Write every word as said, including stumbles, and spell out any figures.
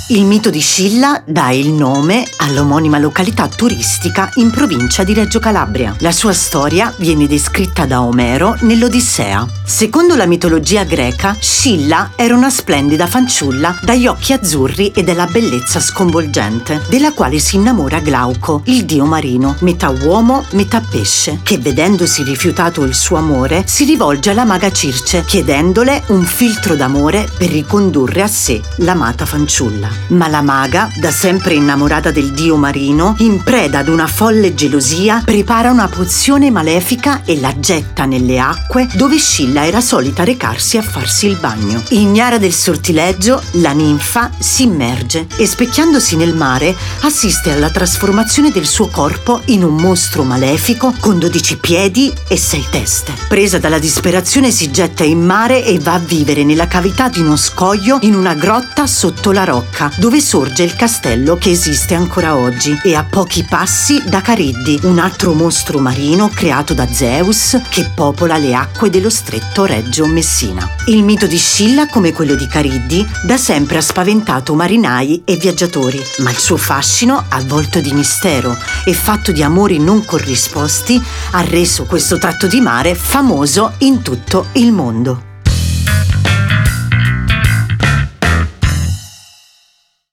Il mito di Scilla dà il nome all'omonima località turistica in provincia di Reggio Calabria. La sua storia viene descritta da Omero nell'Odissea. Secondo la mitologia greca, Scilla era una splendida fanciulla dagli occhi azzurri e della bellezza sconvolgente, della quale si innamora Glauco, il dio marino, metà uomo, metà pesce, che vedendosi rifiutato il suo amore, si rivolge alla maga Circe, chiedendole un filtro d'amore per ricondurre a sé l'amata fanciulla. Ma la maga, da sempre innamorata del dio marino, in preda ad una folle gelosia, prepara una pozione malefica e la getta nelle acque dove Scilla era solita recarsi a farsi il bagno. Ignara del sortileggio, la ninfa si immerge e, specchiandosi nel mare, assiste alla trasformazione del suo corpo in un mostro malefico con dodici piedi e sei teste. Presa dalla disperazione, si getta in mare e va a vivere nella cavità di uno scoglio in una grotta sotto la rocca, dove sorge il castello che esiste ancora oggi e a pochi passi da Cariddi, un altro mostro marino creato da Zeus che popola le acque dello stretto Reggio Messina. Il mito di Scilla, come quello di Cariddi, da sempre ha spaventato marinai e viaggiatori, ma il suo fascino, avvolto di mistero e fatto di amori non corrisposti, ha reso questo tratto di mare famoso in tutto il mondo.